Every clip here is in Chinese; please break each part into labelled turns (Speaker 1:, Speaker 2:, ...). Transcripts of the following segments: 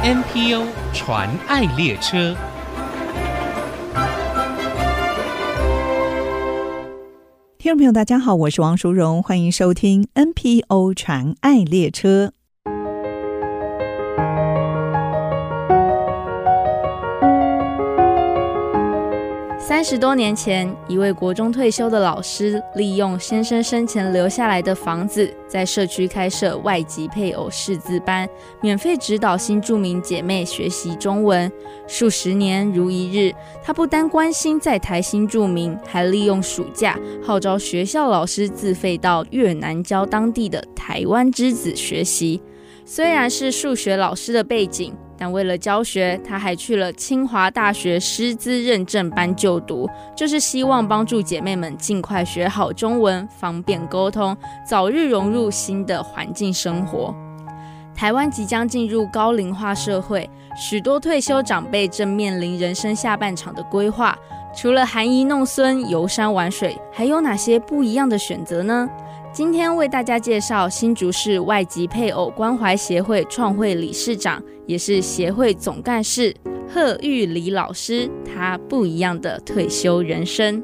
Speaker 1: NPO 传爱列车。
Speaker 2: 听众朋友大家好，我是王淑荣，欢迎收听 NPO 传爱列车。
Speaker 3: 30多年前，一位国中退休的老师利用先生生前留下来的房子，在社区开设外籍配偶识字班，免费指导新住民姐妹学习中文。数十年如一日，他不单关心在台新住民，还利用暑假号召学校老师自费到越南教当地的台湾之子学习。虽然是数学老师的背景，但为了教学，他还去了清华大学师资认证班就读，就是希望帮助姐妹们尽快学好中文，方便沟通，早日融入新的环境生活。台湾即将进入高龄化社会，许多退休长辈正面临人生下半场的规划。除了含饴弄孙、游山玩水，还有哪些不一样的选择呢？今天为大家介绍新竹市外籍配偶关怀协会创会理事长，也是协会总干事贺玉里老师，他不一样的退休人生。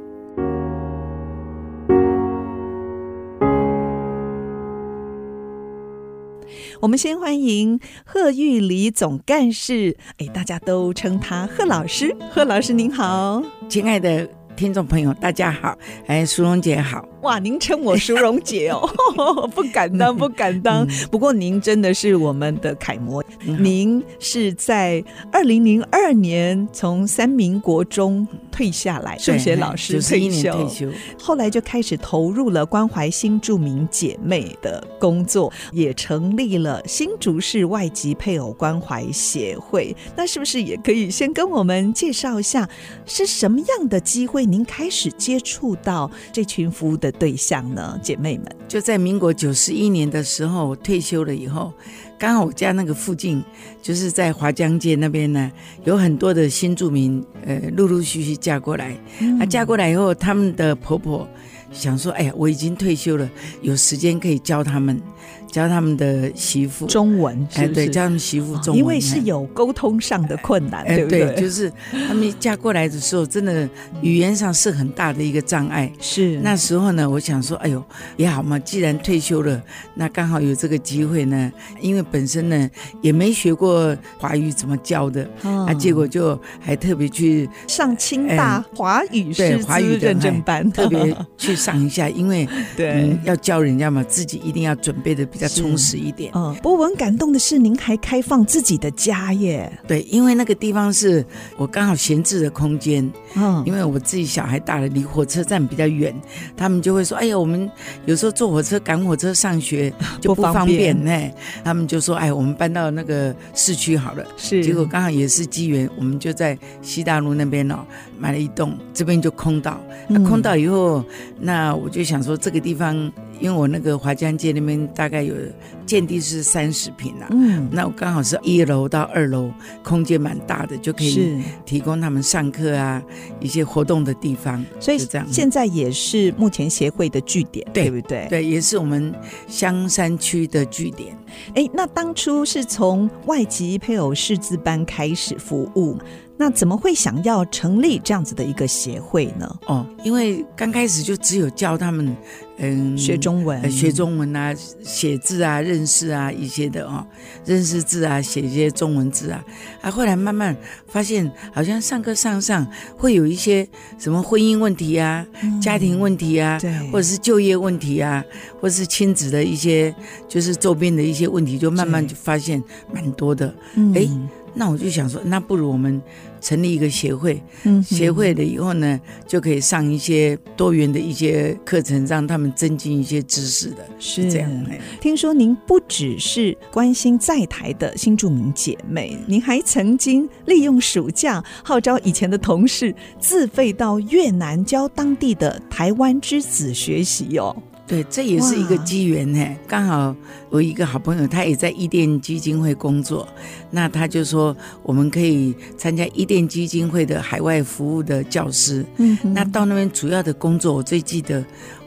Speaker 2: 我们先欢迎贺玉里总干事，大家都称他贺老师。贺老师您好。
Speaker 4: 亲爱的听众朋友大家好，淑荣姐好。
Speaker 2: 哇，您称我淑荣姐哦不敢当不敢当不过您真的是我们的楷模。您是在2002年从三民国中退下来，数学老师退休，后来就开始投入了关怀新住民姐妹的工作，也成立了新竹市外籍配偶关怀协会。那是不是也可以先跟我们介绍一下，是什么样的机会您开始接触到这群服务的对象呢？姐妹们，
Speaker 4: 就在民国91年的时候，我退休了以后，刚好我家那个附近就是在华江街那边呢，有很多的新住民陆陆续续嫁过来。嫁过来以后，他们的婆婆想说，哎呀，我已经退休了，有时间可以教他们的媳妇
Speaker 2: 中文，是不是？
Speaker 4: 对，教他们媳妇中文，
Speaker 2: 因为是有沟通上的困难，对不对？
Speaker 4: 对，就是他们嫁过来的时候，真的语言上是很大的一个障碍。
Speaker 2: 是
Speaker 4: 那时候呢，我想说，哎呦，也好嘛，既然退休了，那刚好有这个机会呢，因为本身呢也没学过华语怎么教的，结果就还特别去
Speaker 2: 上清大华语师资认证班，
Speaker 4: 特别去上一下，因为
Speaker 2: 对，
Speaker 4: 要教人家嘛，自己一定要准备的比较充实一点。
Speaker 2: 不过我很感动的是，您还开放自己的家耶。
Speaker 4: 对，因为那个地方是我刚好闲置的空间，因为我自己小孩大了，离火车站比较远，他们就会说，哎呀，我们有时候坐火车赶火车上学就不方便，他们就说，哎，我们搬到那个市区好了。
Speaker 2: 是，
Speaker 4: 结果刚好也是机缘，我们就在西大路那边买了一栋，这边就空到。空到以后，那我就想说这个地方，因为我那个华江街那边大概有建地是30平啦，那我刚好是1楼到2楼，空间蛮大的，就可以提供他们上课啊，一些活动的地方。
Speaker 2: 所以现在也是目前协会的据点， 对不对？
Speaker 4: 对，也是我们香山区的据点。
Speaker 2: 那当初是从外籍配偶识字班开始服务，那怎么会想要成立这样子的一个协会呢？
Speaker 4: 因为刚开始就只有教他们
Speaker 2: 学中文，
Speaker 4: 学中文啊，写字啊，认识啊一些的认识字啊，写一些中文字啊。后来慢慢发现，好像上课上会有一些什么婚姻问题啊，家庭问题啊，或者是就业问题啊，或者是亲子的一些就是周边的一些问题，就慢慢就发现蛮多的。那我就想说，那不如我们成立一个协会，协会了以后呢，就可以上一些多元的一些课程，让他们增进一些知识的，是这样。
Speaker 2: 听说您不只是关心在台的新住民姐妹，您还曾经利用暑假号召以前的同事自费到越南教当地的台湾之子学习哦。
Speaker 4: 对，这也是一个机缘。刚好我一个好朋友，他也在伊甸基金会工作，那他就说我们可以参加伊甸基金会的海外服务的教师。那到那边主要的工作，我最记得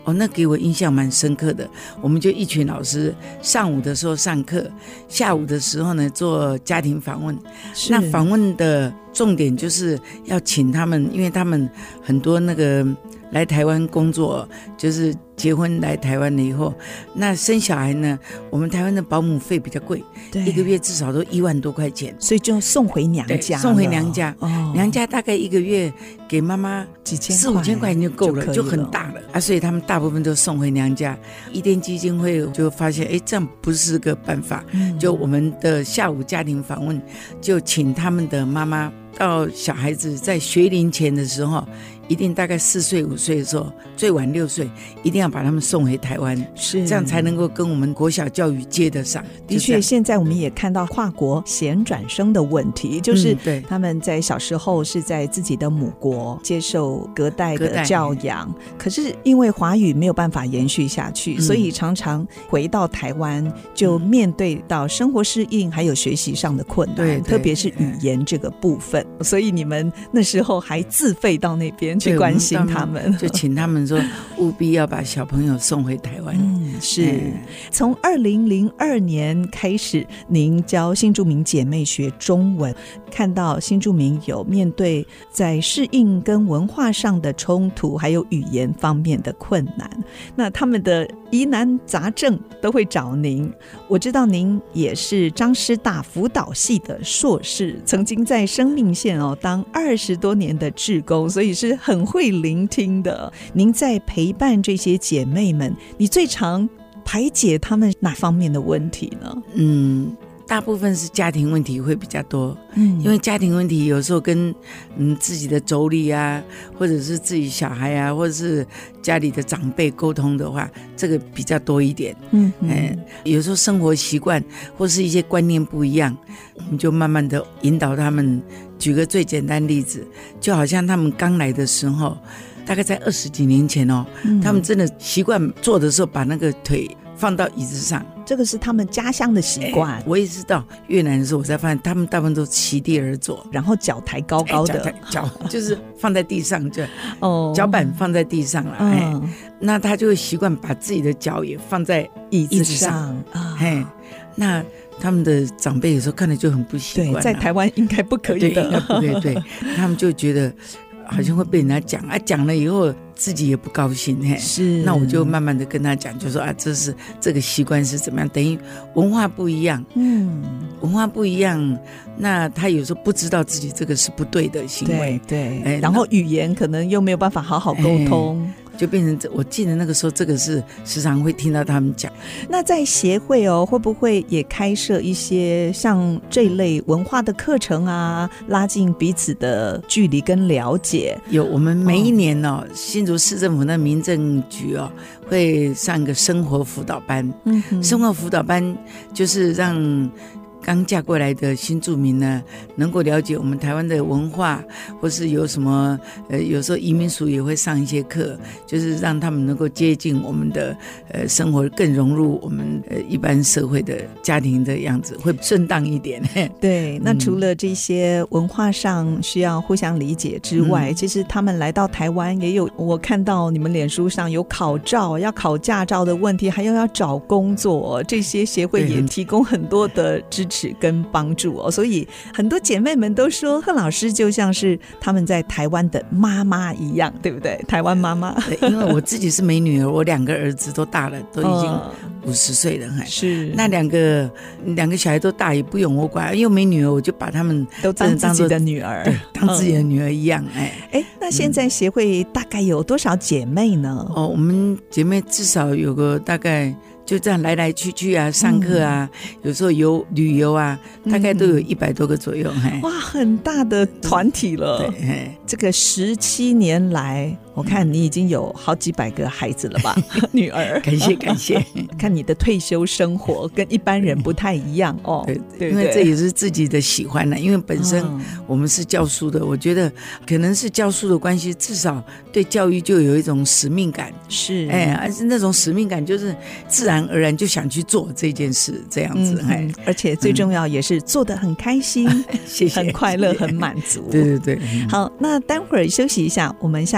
Speaker 4: 那给我印象蛮深刻的。我们就一群老师，上午的时候上课，下午的时候呢做家庭访问。那访问的重点就是要请他们，因为他们很多那个来台湾工作，就是结婚来台湾了以后，那生小孩呢，我们台湾的保姆费比较贵，一个月至少都1万多块钱，
Speaker 2: 所以就送回娘家，
Speaker 4: 送回娘家。娘家大概一个月给妈妈
Speaker 2: 几千
Speaker 4: 4、5千块钱就够了，就很大了啊。所以他们大部分都送回娘家。伊甸基金会就发现，这样不是个办法。就我们的下午家庭访问，就请他们的妈妈到小孩子在学龄前的时候，一定大概4岁5岁的时候，最晚6岁，一定要把他们送回台湾，是这样才能够跟我们国小教育接得上。
Speaker 2: 的确，现在我们也看到跨国衔转生的问题，就是他们在小时候是在自己的母国接受隔代的教养，可是因为华语没有办法延续下去，所以常常回到台湾就面对到生活适应还有学习上的困难，特别是语言这个部分。所以你们那时候还自费到那边去关心他们，
Speaker 4: 就请他们说务必要把小朋友送回台湾。
Speaker 2: 是从2002年开始，您教新住民姐妹学中文，看到新住民有面对在适应跟文化上的冲突，还有语言方面的困难，那他们的疑难杂症都会找您。我知道您也是彰师大辅导系的硕士，曾经在生命线当20多年的志工，所以是很会聆听的。您在陪伴这些姐妹们，你最常排解他们哪方面的问题呢？
Speaker 4: 大部分是家庭问题会比较多，因为家庭问题有时候跟自己的妯娌啊，或者是自己小孩啊，或者是家里的长辈沟通的话，这个比较多一点。有时候生活习惯或是一些观念不一样，我们就慢慢的引导他们。举个最简单例子，就好像他们刚来的时候，大概在20几年前他们真的习惯坐的时候把那个腿放到椅子上，
Speaker 2: 这个是他们家乡的习惯。
Speaker 4: 我也知道越南的时候，我才发现他们大部分都席地而坐，
Speaker 2: 然后脚抬高高的，
Speaker 4: 脚就是放在地上，就脚板放在地上了。那他就会习惯把自己的脚也放在椅子上。那他们的长辈有时候看了就很不习惯，
Speaker 2: 在台湾应该不可以的，
Speaker 4: 对，他们就觉得好像会被人家讲讲了以后自己也不高兴。是，那我就慢慢的跟他讲，就说这个习惯是怎么样，等于文化不一样。文化不一样，那他有时候不知道自己这个是不对的行为。
Speaker 2: 对，然后语言可能又没有办法好好沟通。
Speaker 4: 就变成我记得那个时候，这个是时常会听到他们讲。
Speaker 2: 那在协会会不会也开设一些像这类文化的课程啊，拉近彼此的距离跟了解？
Speaker 4: 有，我们每一年新竹市政府的民政局会上一个生活辅导班。生活辅导班就是让刚嫁过来的新住民呢，能够了解我们台湾的文化，或是有什么有时候移民署也会上一些课，就是让他们能够接近我们的生活，更融入我们一般社会的家庭的样子，会顺当一点。
Speaker 2: 对，那除了这些文化上需要互相理解之外，其实他们来到台湾也有，我看到你们脸书上有考照，要考驾照的问题，还要找工作，这些协会也提供很多的支持跟帮助所以很多姐妹们都说贺老师就像是他们在台湾的妈妈一样，对不对？台湾妈妈。
Speaker 4: 因为我自己是没女儿，我2个儿子都大了，都已经50岁了。是，那两个小孩都大，也不用我管，因为没女儿，我就把他们
Speaker 2: 都当自己的女儿，
Speaker 4: 当自己的女儿一样。
Speaker 2: 那现在协会大概有多少姐妹呢？
Speaker 4: 我们姐妹至少有个大概就这样来来去去啊，上课啊，有时候旅游啊，大概都有100多个左右。
Speaker 2: 哇，很大的团体了。这个17年来，我看你已经有好几百个孩子了吧？女儿。感谢。看你的退休生活跟一般人不太一样
Speaker 4: 对，因为这也是自己的喜欢因为本身我们是教书的，我觉得可能是教书的关系，至少对教育就有一种使命感。是，而且那种使命感就是自然而然就想去做这件事，这样子。
Speaker 2: 而且最重要也是做得很开心，谢谢，很快乐，很满足。
Speaker 4: 对。
Speaker 2: 好，那待会儿休息一下，我们下一段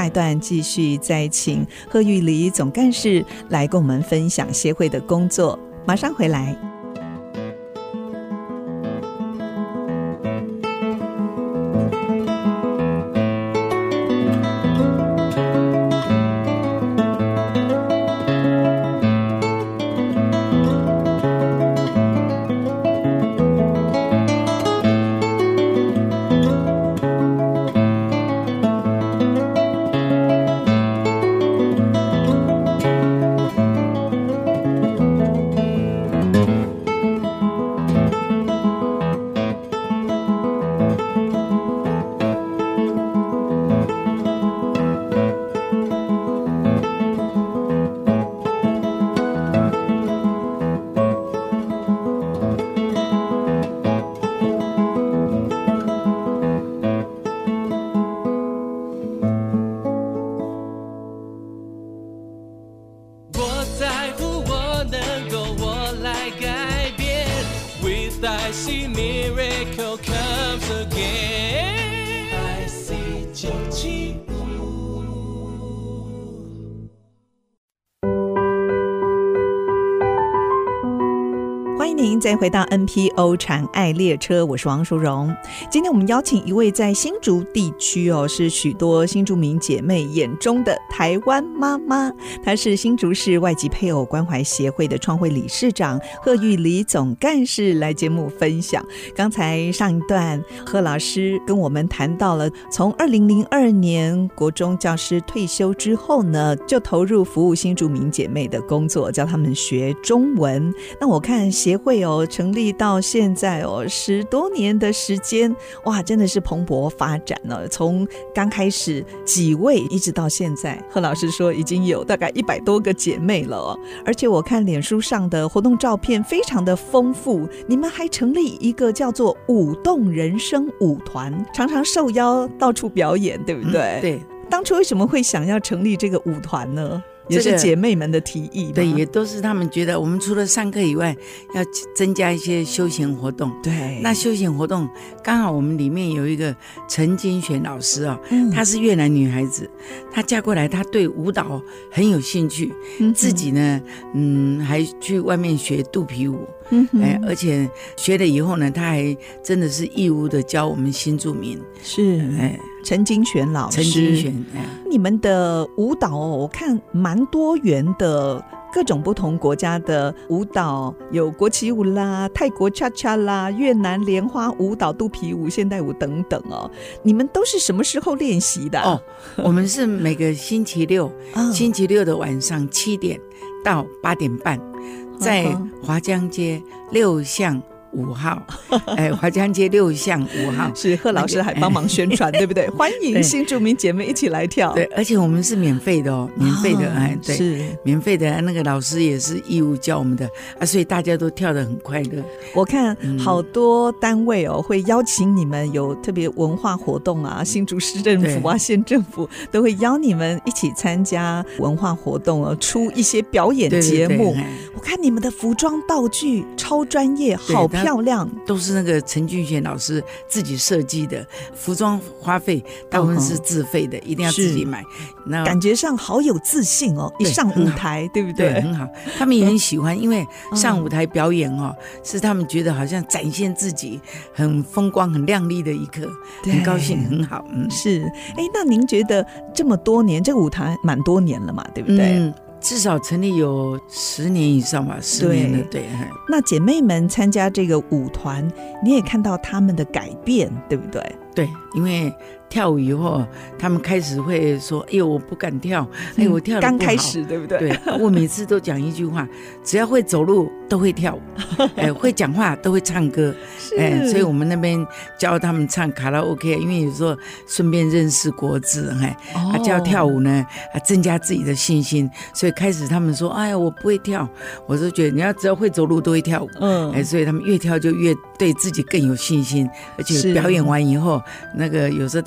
Speaker 2: 继续再请贺玉梨总干事来跟我们分享协会的工作，马上回来。您再回到 NPO 传爱列车，我是王淑荣。今天我们邀请一位在新竹地区是许多新住民姐妹眼中的台湾妈妈，她是新竹市外籍配偶关怀协会的创会理事长贺玉梨总干事来节目分享。刚才上一段贺老师跟我们谈到了从2002年国中教师退休之后呢，就投入服务新住民姐妹的工作，教他们学中文。那我看协会成立到现在10多年的时间，哇，真的是蓬勃发展了。从刚开始几位一直到现在，贺老师说已经有大概100多个姐妹了而且我看脸书上的活动照片非常的丰富，你们还成立一个叫做舞动人生舞团，常常受邀到处表演，对不对？
Speaker 4: 对。
Speaker 2: 当初为什么会想要成立这个舞团呢？也是姐妹们的提议吗？
Speaker 4: 对，也都是他们觉得我们除了上课以外要增加一些休闲活动。
Speaker 2: 对，
Speaker 4: 那休闲活动刚好我们里面有一个陈金璇老师她是越南女孩子，她嫁过来，她对舞蹈很有兴趣，自己呢还去外面学肚皮舞，而且学了以后呢，她还真的是义务的教我们新住民。
Speaker 2: 是陈金璇老师。
Speaker 4: 陈金璇
Speaker 2: 你们的舞蹈我看蛮多元的，各种不同国家的舞蹈，有国旗舞啦、泰国恰恰啦、越南莲花舞蹈、肚皮舞、现代舞等等你们都是什么时候练习的
Speaker 4: 我们是每个星期六星期六的晚上7点到8点半，在华江街6巷5号华江街6巷5号
Speaker 2: 是贺老师还帮忙宣传对不对？欢迎新住民姐妹一起来跳。
Speaker 4: 对，而且我们是免费的免费的对，
Speaker 2: 是
Speaker 4: 免费的，那个老师也是义务教我们的所以大家都跳得很快乐。
Speaker 2: 我看好多单位会邀请你们有特别文化活动新竹市政府县政府都会邀你们一起参加文化活动出一些表演节目。对，我看你们的服装道具超专业，好漂亮，
Speaker 4: 都是那个陈俊贤老师自己设计的，服装花费大部分是自费的，一定要自己买。那
Speaker 2: 感觉上好有自信一上舞台 对不对？
Speaker 4: 对，很好，他们也很喜欢，因为上舞台表演是他们觉得好像展现自己很风光很亮丽的一刻，很高兴，很好。
Speaker 2: 是那您觉得这么多年，这个舞台蛮多年了嘛，对不对？
Speaker 4: 至少成立有10年以上吧，10年了。对，
Speaker 2: 那姐妹们参加这个舞团，你也看到他们的改变，对不对？
Speaker 4: 对，因为跳舞以后，他们开始会说：“哎呦，我不敢跳，我跳得不好。”
Speaker 2: 刚开始，对不对？
Speaker 4: 对，我每次都讲一句话：只要会走路都会跳舞，会讲话都会唱歌。所以我们那边教他们唱卡拉 OK， 因为有时候顺便认识国字，教跳舞呢，增加自己的信心。所以开始他们说：“哎呀，我不会跳。”我就觉得你要只要会走路都会跳舞。所以他们越跳就越对自己更有信心，而且表演完以后，那个有时候大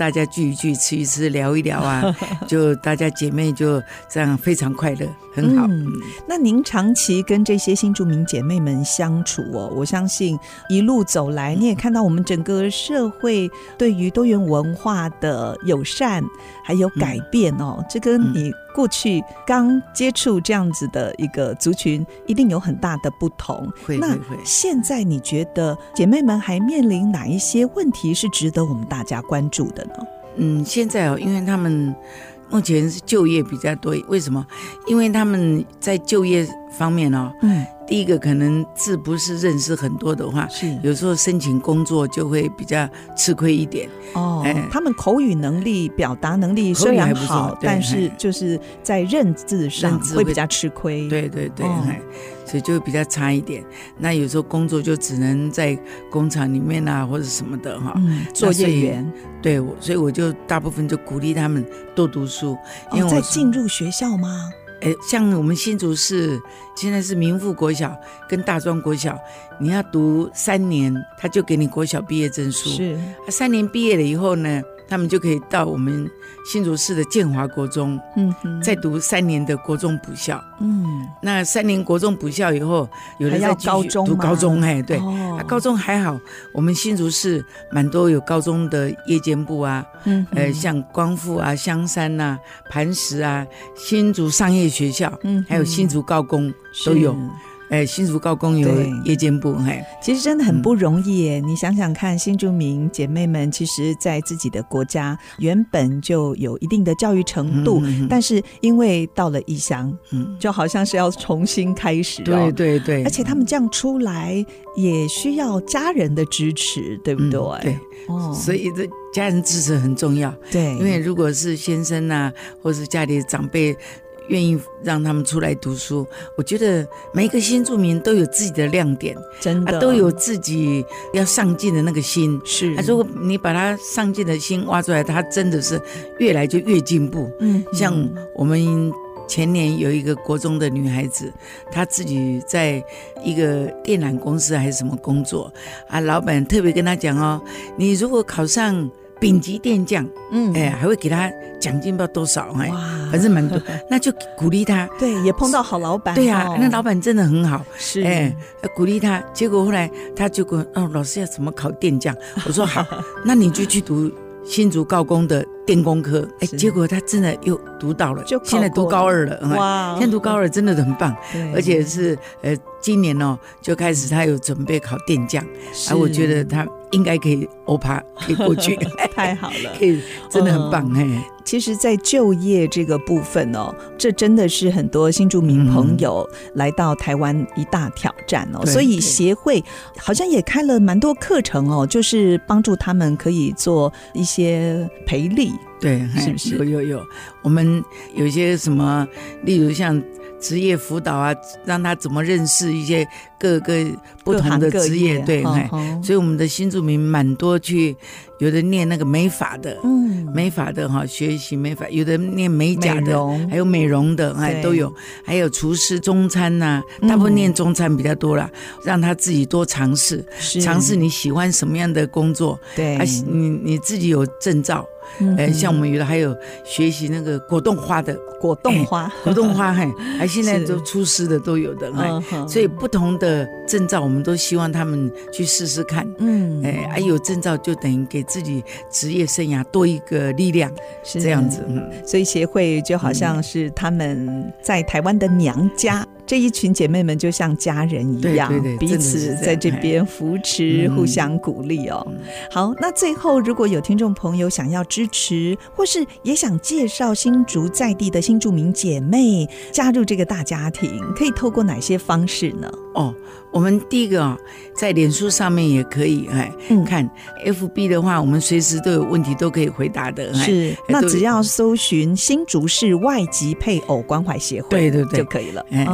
Speaker 4: 大家聚一聚，吃一吃，聊一聊啊，就大家姐妹就这样非常快乐，很好。
Speaker 2: 那您长期跟这些新住民姐妹们相处哦，我相信一路走来，你也看到我们整个社会对于多元文化的友善还有改变哦，这跟你过去刚接触这样子的一个族群一定有很大的不同。那现在你觉得姐妹们还面临哪一些问题是值得我们大家关注的呢？
Speaker 4: 现在因为他们目前是就业比较多，为什么？因为他们在就业方面第一个可能字不是认识很多的话，是有时候申请工作就会比较吃亏一点。
Speaker 2: 他们口语能力、表达能力虽然好，但是就是在认字上会比较吃亏。
Speaker 4: 对对对，所以就会比较差一点。那有时候工作就只能在工厂里面啊，或者什么的
Speaker 2: 作业员。
Speaker 4: 对，所以我就大部分就鼓励他们多读书。因为
Speaker 2: 在进入学校吗？
Speaker 4: 像我们新竹市现在是民附国小跟大专国小，你要读3年，他就给你国小毕业证书。是，3年毕业了以后呢，他们就可以到我们新竹市的建华国中，再读3年的国中补校。那3年国中补校以后，有的再继续读高中。对，高中还好，我们新竹市蛮多有高中的夜间部啊，像光复啊、香山啊、磐石啊、新竹商业学校，还有新竹高工都有。新竹高工有夜间部。
Speaker 2: 其实真的很不容易耶。你想想看，新住民姐妹们其实在自己的国家原本就有一定的教育程度，但是因为到了异乡，就好像是要重新开始。
Speaker 4: 对对对，
Speaker 2: 而且他们这样出来也需要家人的支持，对不对？
Speaker 4: 对，所以这家人支持很重要。对，因为如果是先生啊，或是家里的长辈愿意让他们出来读书，我觉得每一个新住民都有自己的亮点，真的都有自己要上进的那个心。是，如果你把他上进的心挖出来，他真的是越来就越进步。像我们前年有一个国中的女孩子，她自己在一个电缆公司还是什么工作啊，老板特别跟她讲你如果考上丙级电匠，还会给他奖金不知道多少，反正蛮多，那就鼓励他。对，
Speaker 2: 也碰到好老板。
Speaker 4: 对啊，那老板真的很好，是，鼓励他。结果后来他就跟老师要怎么考电匠？我说好，那你就去读新竹高工的电工科。结果他真的又读到了，现在读高2了。哇，现在读高2真的很棒，而且是今年就开始他有准备考电匠，我觉得他应该可以欧趴，可以过去。
Speaker 2: 太好了，
Speaker 4: 可以，真的很棒。
Speaker 2: 其实在就业这个部分这真的是很多新住民朋友来到台湾一大挑战所以协会好像也开了蛮多课程就是帮助他们可以做一些培力。
Speaker 4: 对，是不是？有，我们有一些什么，例如像职业辅导啊，让他怎么认识一些各个不同的职业。对，所以我们的新住民蛮多去，有的念那个美发的，美发的学习美发，有的念美甲的，还有美容的，都有，还有厨师、中餐啊，大部分念中餐比较多啦，让他自己多尝试，尝试你喜欢什么样的工作，对，你自己有证照。像我们有的还有学习那个果冻花的
Speaker 2: 果冻花，
Speaker 4: 还现在都出师的都有的，所以不同的证照我们都希望他们去试试看。有证照就等于给自己职业生涯多一个力量，是这样子。
Speaker 2: 所以协会就好像是他们在台湾的娘家。这一群姐妹们就像家人一样，对对对，彼此在这边扶持，互相鼓励好，那最后如果有听众朋友想要支持，或是也想介绍新竹在地的新住民姐妹加入这个大家庭，可以透过哪些方式呢？
Speaker 4: 我们第一个在脸书上面也可以看 FB 的话，我们随时都有问题都可以回答的。
Speaker 2: 是，那只要搜寻新竹市外籍配偶关怀协会，对对对，就可以了。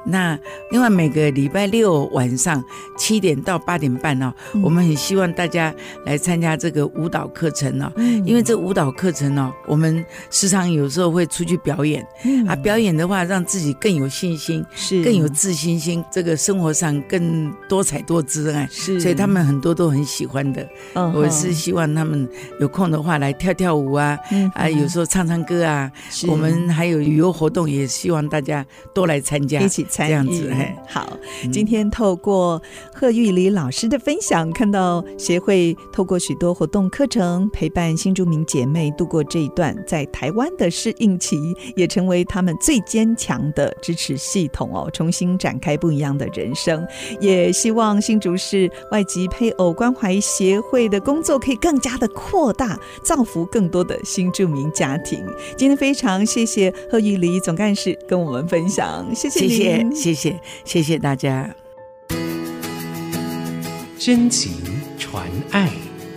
Speaker 4: 那另外每个礼拜六晚上7点到8点半哦，我们很希望大家来参加这个舞蹈课程哦，因为这舞蹈课程哦，我们时常有时候会出去表演，表演的话让自己更有信心，更有自信心，这个生活上更多彩多姿所以他们很多都很喜欢的。我是希望他们有空的话来跳跳舞啊，有时候唱唱歌啊，我们还有旅游活动，也希望大家多来参加，
Speaker 2: 一起参与，
Speaker 4: 这样子。
Speaker 2: 好，今天透过贺玉里老师的分享，看到协会透过许多活动课程陪伴新住民姐妹度过这一段在台湾的适应期，也成为他们最坚强的支持系统哦，重新展开不一样的人生。也希望新竹市外籍配偶关怀协会的工作可以更加的扩大，造福更多的新住民家庭。今天非常谢谢贺玉里总干事跟我们分享，谢谢您，
Speaker 4: 谢谢大家。
Speaker 1: 真情传爱。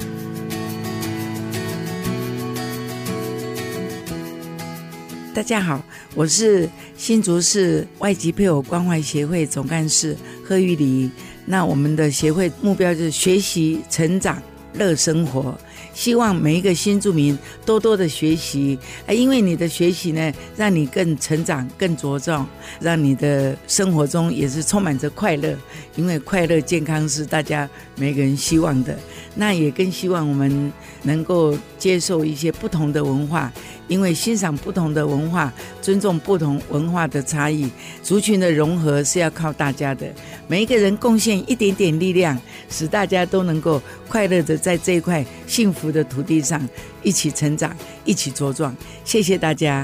Speaker 4: 大家好，我是新竹市外籍配偶关怀协会总干事贺玉里。那我们的协会目标就是学习、成长、乐生活，希望每一个新住民多多的学习，因为你的学习呢，让你更成长、更茁壮，让你的生活中也是充满着快乐，因为快乐健康是大家每个人希望的。那也更希望我们能够接受一些不同的文化，因为欣赏不同的文化，尊重不同文化的差异，族群的融合是要靠大家的，每一个人贡献一点点力量，使大家都能够快乐的在这一块幸福的土地上一起成长，一起茁壮。谢谢大家。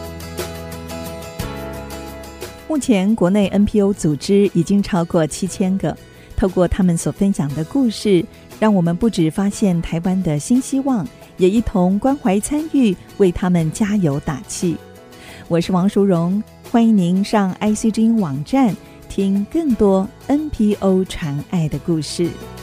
Speaker 2: 目前国内 NPO 组织已经超过7000个，透过他们所分享的故事，让我们不只发现台湾的新希望，也一同关怀参与，为他们加油打气。我是王淑荣，欢迎您上 IC 之音网站听更多 NPO 传爱的故事。